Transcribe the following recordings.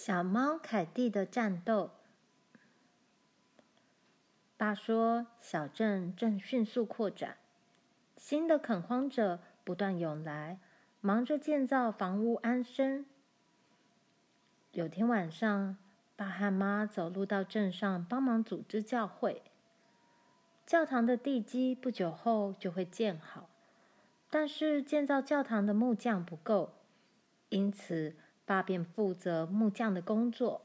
小猫凯蒂的战斗。爸说，小镇正迅速扩展，新的垦荒者不断涌来，忙着建造房屋安身。有天晚上，爸和妈走路到镇上帮忙组织教会。教堂的地基不久后就会建好，但是建造教堂的木匠不够，因此爸便负责木匠的工作。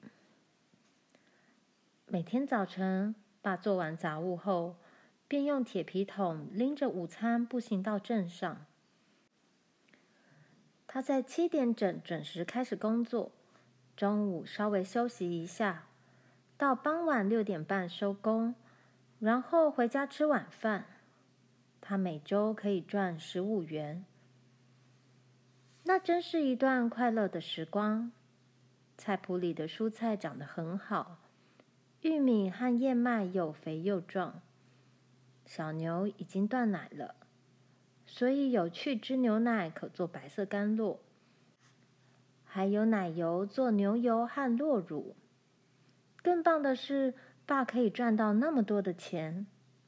每天早晨，爸做完杂物后，便用铁皮桶拎着午餐步行到镇上。他在7点整准时开始工作，中午稍微休息一下，到傍晚6点半收工，然后回家吃晚饭。他每周可以赚15元。那真是一段快乐的时光。菜圃里的蔬菜长得很好，玉米和燕麦又肥又壮。小牛已经断奶了，所以有去脂牛奶可做白色甘露，还有奶油做牛油和酪乳。更棒的是，爸可以赚到那么多的钱。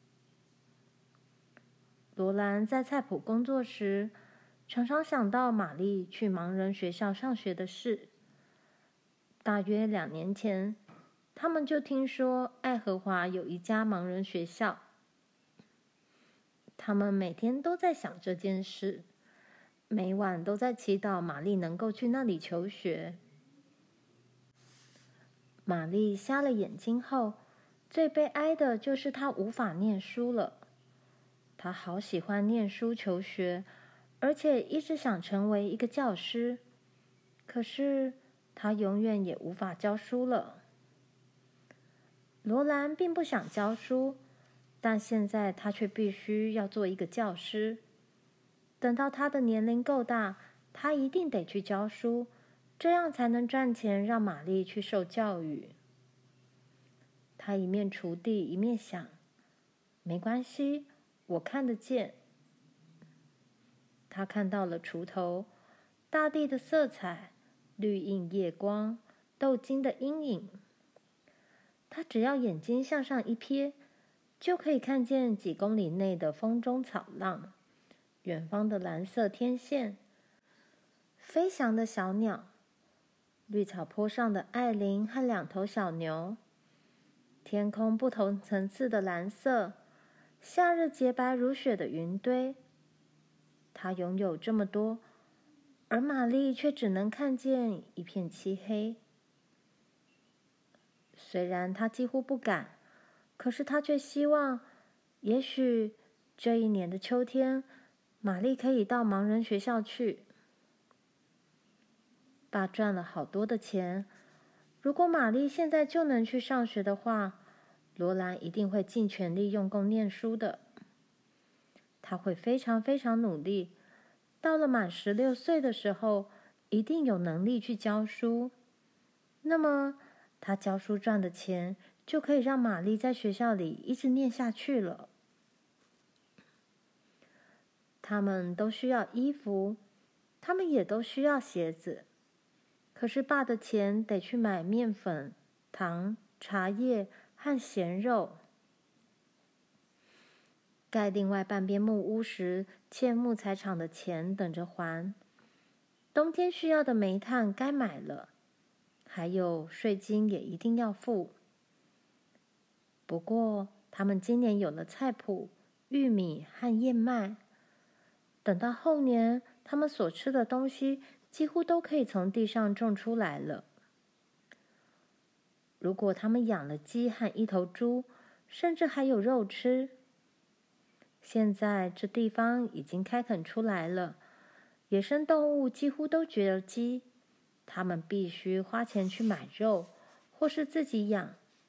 罗兰在菜圃工作时，常常想到玛丽去盲人学校上学的事。大约2年前，他们就听说爱荷华有一家盲人学校。他们每天都在想这件事，每晚都在祈祷玛丽能够去那里求学。玛丽瞎了眼睛后，最悲哀的就是她无法念书了。她好喜欢念书求学，而且一直想成为一个教师。可是她永远也无法教书了。罗兰并不想教书，但现在他却必须要做一个教师。等到他的年龄够大，他一定得去教书，这样才能赚钱让玛丽去受教育。他一面锄地一面想，没关系，我看得见。他看到了锄头、大地的色彩、绿映夜光、豆茎的阴影。他只要眼睛向上一瞥，就可以看见几公里内的风中草浪，远方的蓝色天线，飞翔的小鸟，绿草坡上的艾琳和2头小牛，天空不同层次的蓝色，夏日洁白如雪的云堆。他拥有这么多，而玛丽却只能看见一片漆黑。虽然他几乎不敢，可是他却希望，也许这一年的秋天，玛丽可以到盲人学校去。爸赚了好多的钱，如果玛丽现在就能去上学的话，罗兰一定会尽全力用功念书的。他会非常非常努力，到了满16岁的时候，一定有能力去教书。那么他教书赚的钱就可以让玛丽在学校里一直念下去了。他们都需要衣服，他们也都需要鞋子。可是爸的钱得去买面粉、糖、茶叶和咸肉。盖另外半边木屋时，欠木材厂的钱等着还。冬天需要的煤炭该买了。还有税金也一定要付。不过，他们今年有了菜圃、玉米和燕麦。等到后年，他们所吃的东西几乎都可以从地上种出来了。如果他们养了鸡和1头猪，甚至还有肉吃。现在这地方已经开垦出来了，野生动物几乎都绝迹。他们必须花钱去买肉，或是自己养。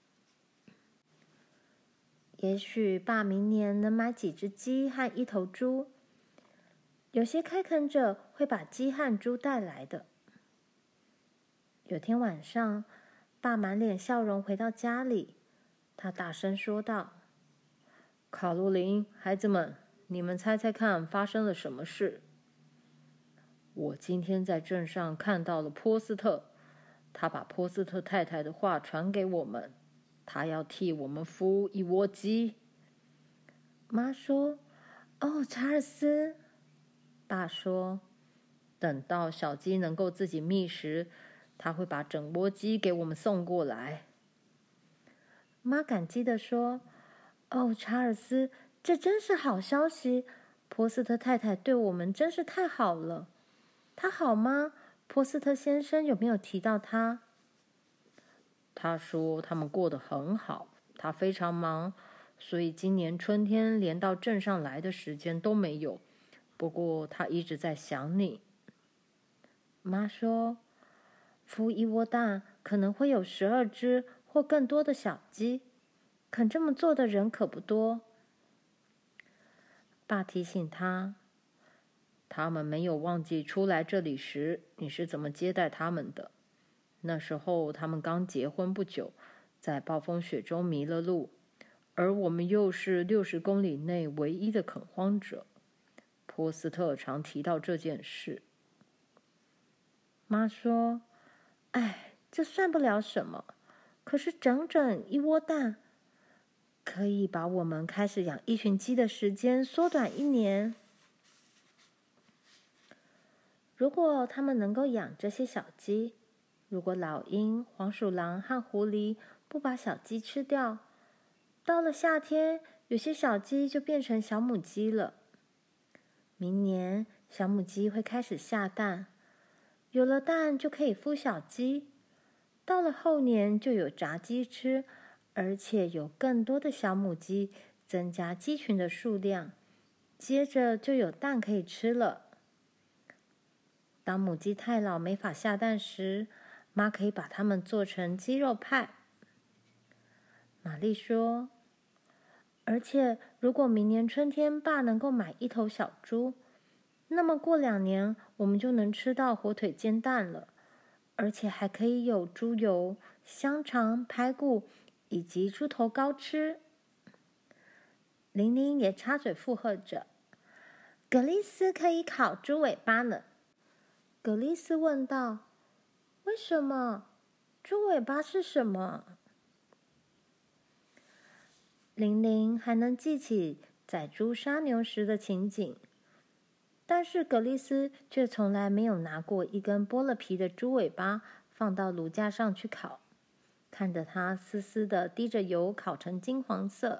也许爸明年能买几只鸡和1头猪。有些开垦者会把鸡和猪带来的。有天晚上，爸满脸笑容回到家里，他大声说道：“卡洛琳，孩子们，你们猜猜看发生了什么事？”我今天在镇上看到了波斯特， 他把波斯特太太的话传给我们，他要替我们孵一窝鸡。 妈说：“哦，查尔斯。” 爸说：“等到小鸡能够自己觅食，他会把整窝鸡给我们送过来。” 妈感激地说：“哦，查尔斯，这真是好消息！波斯特太太对我们真是太好了。他好吗？波斯特先生有没有提到他？” 他说他们过得很好，他非常忙，所以今年春天连到镇上来的时间都没有。不过他一直在想你。 妈说：“孵一窝蛋可能会有12只或更多的小鸡，肯这么做的人可不多。” 爸提醒他：“他们没有忘记出来这里时你是怎么接待他们的。那时候他们刚结婚不久，在暴风雪中迷了路，而我们又是60公里内唯一的垦荒者。波斯特常提到这件事。” 妈说：“哎，这算不了什么，可是整整一窝蛋，可以把我们开始养一群鸡的时间缩短1年。如果他们能够养这些小鸡，如果老鹰、黄鼠狼和狐狸不把小鸡吃掉，到了夏天，有些小鸡就变成小母鸡了。明年，小母鸡会开始下蛋，有了蛋就可以孵小鸡。到了后年，就有炸鸡吃，而且有更多的小母鸡，增加鸡群的数量。接着就有蛋可以吃了。当母鸡太老没法下蛋时，妈可以把它们做成鸡肉派。”玛丽说：“而且，如果明年春天爸能够买1头小猪，那么过2年我们就能吃到火腿煎蛋了，而且还可以有猪油、香肠、排骨以及猪头糕吃。”玲玲也插嘴附和着：“葛丽丝可以烤猪尾巴呢。”葛丽丝问道：“为什么？猪尾巴是什么？”玲玲还能记起宰猪杀牛时的情景，但是葛丽丝却从来没有拿过一根剥了皮的猪尾巴放到炉架上去烤，看着它丝丝的滴着油烤成金黄色。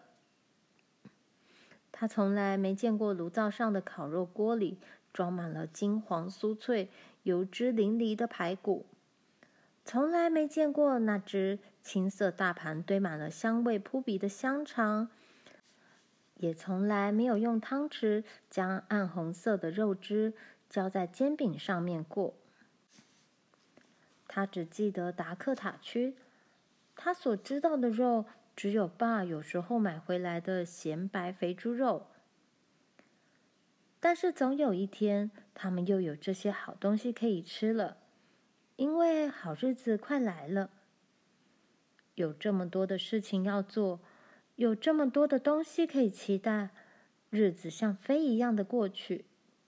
她从来没见过炉灶上的烤肉锅里装满了金黄酥脆、油脂淋漓的排骨，从来没见过那只青色大盘堆满了香味扑鼻的香肠，也从来没有用汤匙将暗红色的肉汁浇在煎饼上面过。他只记得达克塔区，他所知道的肉只有爸有时候买回来的咸白肥猪肉。但是总有一天，他们又有这些好东西可以吃了，因为好日子快来了。有这么多的事情要做，有这么多的东西可以期待，日子像飞一样的过去。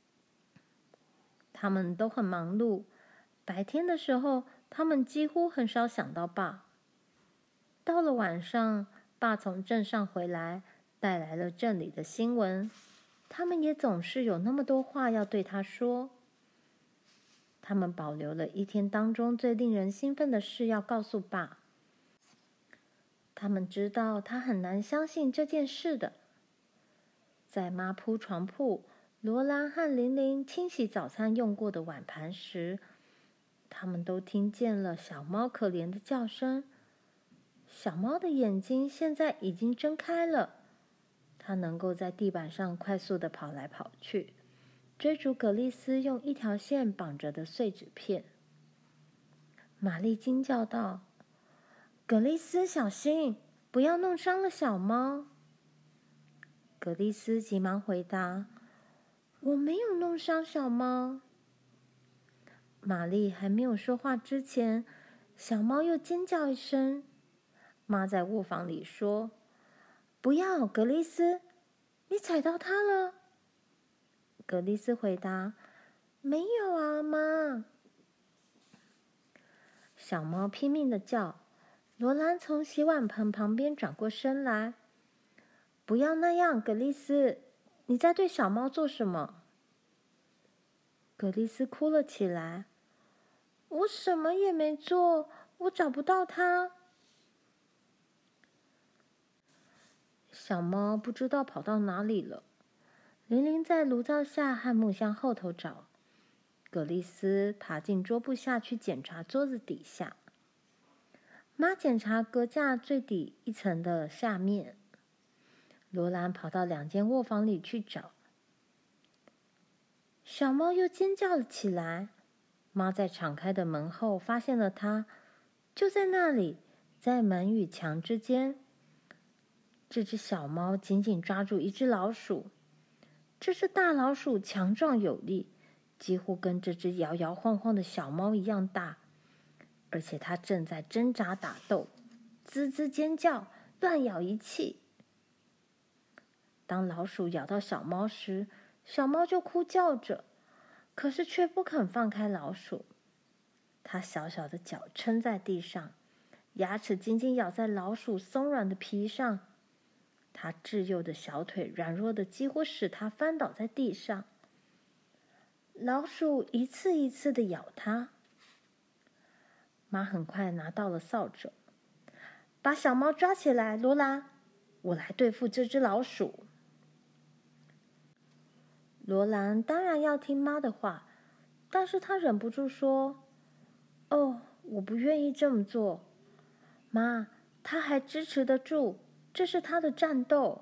他们都很忙碌，白天的时候，他们几乎很少想到爸。到了晚上，爸从镇上回来，带来了镇里的新闻，他们也总是有那么多话要对他说。他们保留了一天当中最令人兴奋的事要告诉爸。他们知道他很难相信这件事的。在妈铺床铺，罗兰和玲玲清洗早餐用过的碗盘时，他们都听见了小猫可怜的叫声。小猫的眼睛现在已经睁开了，它能够在地板上快速地跑来跑去，追逐葛丽丝用一条线绑着的碎纸片。玛丽惊叫道：“葛丽丝，小心，不要弄伤了小猫。”葛丽丝急忙回答：“我没有弄伤小猫。”玛丽还没有说话之前，小猫又尖叫一声。妈在卧房里说：“不要，葛丽丝，你踩到它了。”葛丽丝回答：“没有啊，妈。” 小猫拼命的叫。罗兰从洗碗盆旁边转过身来。不要那样，葛丽丝，你在对小猫做什么？葛丽丝哭了起来。我什么也没做，我找不到它。小猫不知道跑到哪里了。玲玲在炉灶下和木箱后头找。葛丽丝爬进桌布下去检查桌子底下。妈检查隔架最底一层的下面。罗兰跑到2间卧房里去找。小猫又尖叫了起来。妈在敞开的门后发现了它，就在那里，在门与墙之间。这只小猫紧紧抓住一只老鼠。这只大老鼠强壮有力，几乎跟这只摇摇晃晃的小猫一样大，而且它正在挣扎打斗，吱吱尖叫，乱咬一气。当老鼠咬到小猫时，小猫就哭叫着，可是却不肯放开老鼠。它小小的脚撑在地上，牙齿紧紧咬在老鼠松软的皮上。它稚幼的小腿软弱的几乎使它翻倒在地上。老鼠一次一次的咬它。妈很快拿到了扫帚，把小猫抓起来，罗拉，我来对付这只老鼠。罗兰当然要听妈的话，但是他忍不住说：“哦，我不愿意这么做。妈，他还支持得住，这是他的战斗。”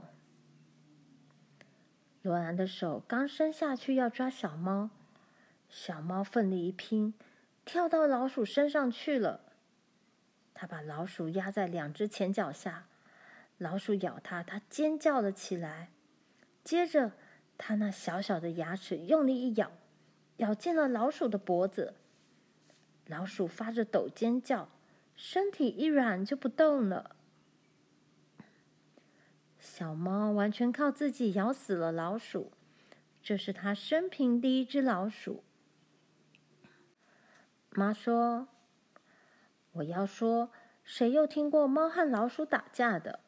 罗兰的手刚伸下去要抓小猫，小猫奋力一拼，跳到老鼠身上去了。他把老鼠压在2只前脚下，老鼠咬它，它尖叫了起来。接着，他那小小的牙齿用力一咬，咬进了老鼠的脖子。老鼠发着抖尖叫，身体一软就不动了。小猫完全靠自己咬死了老鼠，这是它生平第1只老鼠。妈说：“我要说，谁又听过猫和老鼠打架的？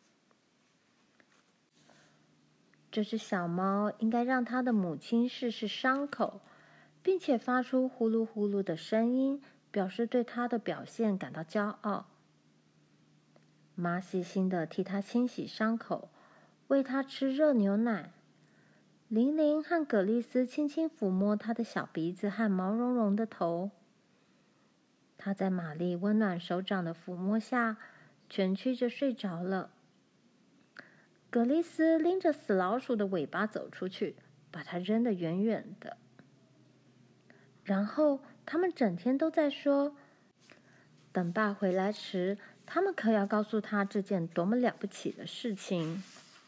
这只小猫应该让它的母亲试试伤口，并且发出呼噜呼噜的声音，表示对它的表现感到骄傲。”妈细心的替它清洗伤口，喂它吃热牛奶。玲玲和葛丽丝轻轻抚摸它的小鼻子和毛茸茸的头。它在玛丽温暖手掌的抚摸下，蜷曲着睡着了。葛丽丝拎着死老鼠的尾巴走出去，把它扔得远远的。然后他们整天都在说，等爸回来时，他们可要告诉他这件多么了不起的事情。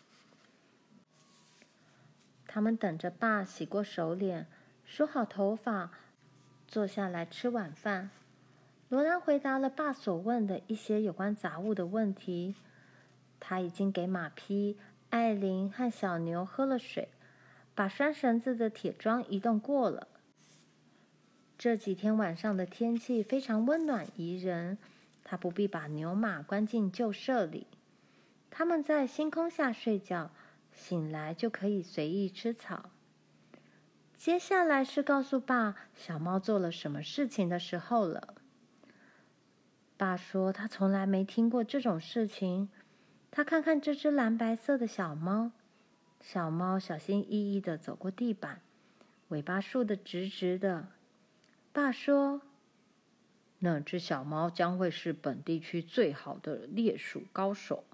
他们等着爸洗过手脸，梳好头发，坐下来吃晚饭。罗兰回答了爸所问的一些有关杂物的问题。他已经给马匹艾琳和小牛喝了水，把拴绳子的铁桩移动过了。这几天晚上的天气非常温暖宜人，他不必把牛马关进旧舍里。他们在星空下睡觉，醒来就可以随意吃草。接下来是告诉爸小猫做了什么事情的时候了。爸说他从来没听过这种事情。他看看这只蓝白色的小猫，小猫小心翼翼地走过地板，尾巴竖得直直的。爸说：“那只小猫将会是本地区最好的猎鼠高手。”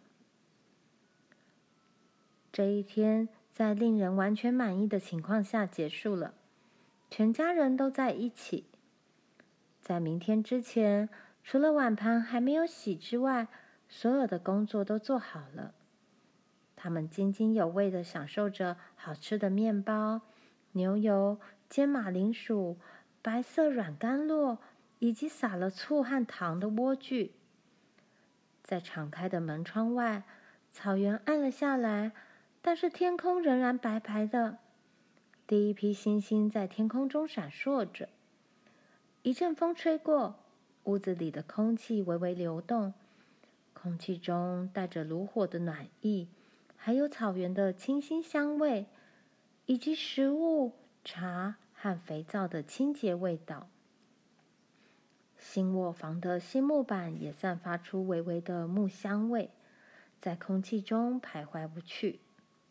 这一天在令人完全满意的情况下结束了，全家人都在一起。在明天之前，除了碗盘还没有洗之外，所有的工作都做好了。他们津津有味地享受着好吃的面包、牛油、煎马铃薯、白色软甘露，以及撒了醋和糖的莴苣。在敞开的门窗外，草原暗了下来，但是天空仍然白白的。第一批星星在天空中闪烁着。一阵风吹过， 屋子里的空气微微流动，空气中带着炉火的暖意，还有草原的清新香味，以及食物、茶和肥皂的清洁味道。新卧房的新木板也散发出微微的木香味，在空气中徘徊不去。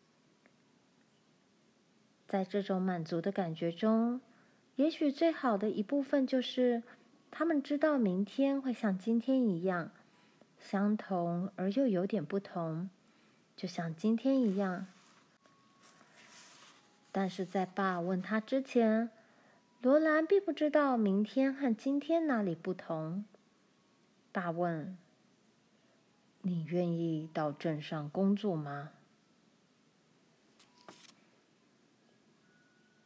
在这种满足的感觉中，也许最好的一部分就是他们知道明天会像今天一样，相同而又有点不同，就像今天一样。但是在爸问他之前，罗兰并不知道明天和今天哪里不同。爸问：“你愿意到镇上工作吗？”